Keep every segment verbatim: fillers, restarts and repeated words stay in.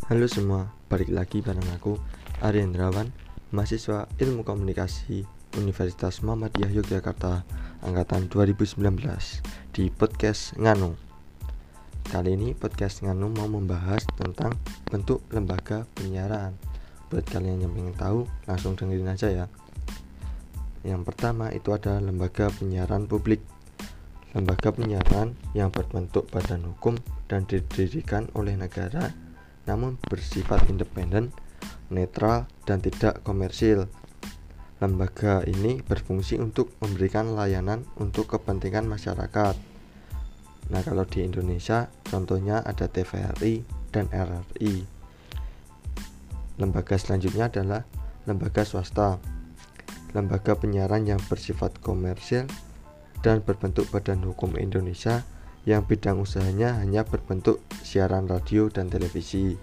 Halo semua, balik lagi bareng aku, Aryendrawan, mahasiswa Ilmu Komunikasi Universitas Muhammadiyah Yogyakarta, angkatan dua ribu sembilan belas, di podcast Nganu. Kali ini podcast Nganu mau membahas tentang bentuk lembaga penyiaran. Buat kalian yang ingin tahu, langsung dengerin aja ya. Yang pertama itu ada lembaga penyiaran publik. Lembaga penyiaran yang berbentuk badan hukum dan didirikan oleh negara, namun bersifat independen, netral, dan tidak komersil. Lembaga ini berfungsi untuk memberikan layanan untuk kepentingan masyarakat. Nah, kalau di Indonesia contohnya ada T V R I dan R R I. Lembaga selanjutnya adalah lembaga swasta. Lembaga penyiaran yang bersifat komersil dan berbentuk badan hukum Indonesia yang bidang usahanya hanya berbentuk siaran radio dan televisi.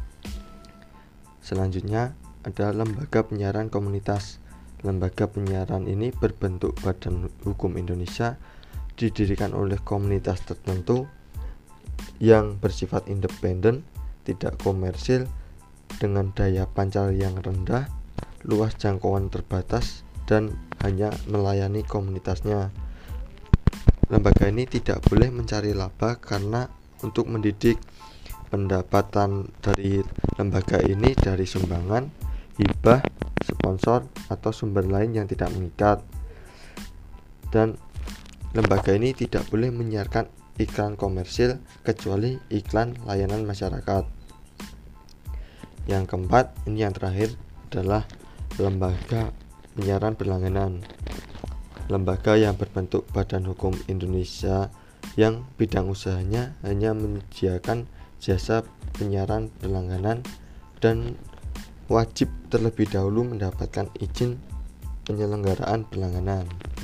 Selanjutnya ada lembaga penyiaran komunitas. Lembaga penyiaran ini berbentuk badan hukum Indonesia, didirikan oleh komunitas tertentu yang bersifat independen, tidak komersil, dengan daya pancar yang rendah, luas jangkauan terbatas, dan hanya melayani komunitasnya. Lembaga ini tidak boleh mencari laba karena untuk mendidik pendapatan dari lembaga ini dari sumbangan, hibah, sponsor, atau sumber lain yang tidak mengikat. Dan lembaga ini tidak boleh menyiarkan iklan komersil kecuali iklan layanan masyarakat. Yang keempat, ini yang terakhir adalah lembaga penyiaran berlangganan. Lembaga yang berbentuk badan hukum Indonesia yang bidang usahanya hanya menyediakan jasa penyiaran berlangganan dan wajib terlebih dahulu mendapatkan izin penyelenggaraan berlangganan.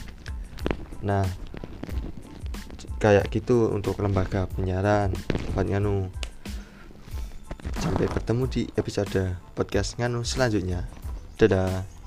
Nah, kayak gitu untuk lembaga penyiaran Sobat Nganu. Sampai bertemu di episode podcast Nganu selanjutnya. Dadah.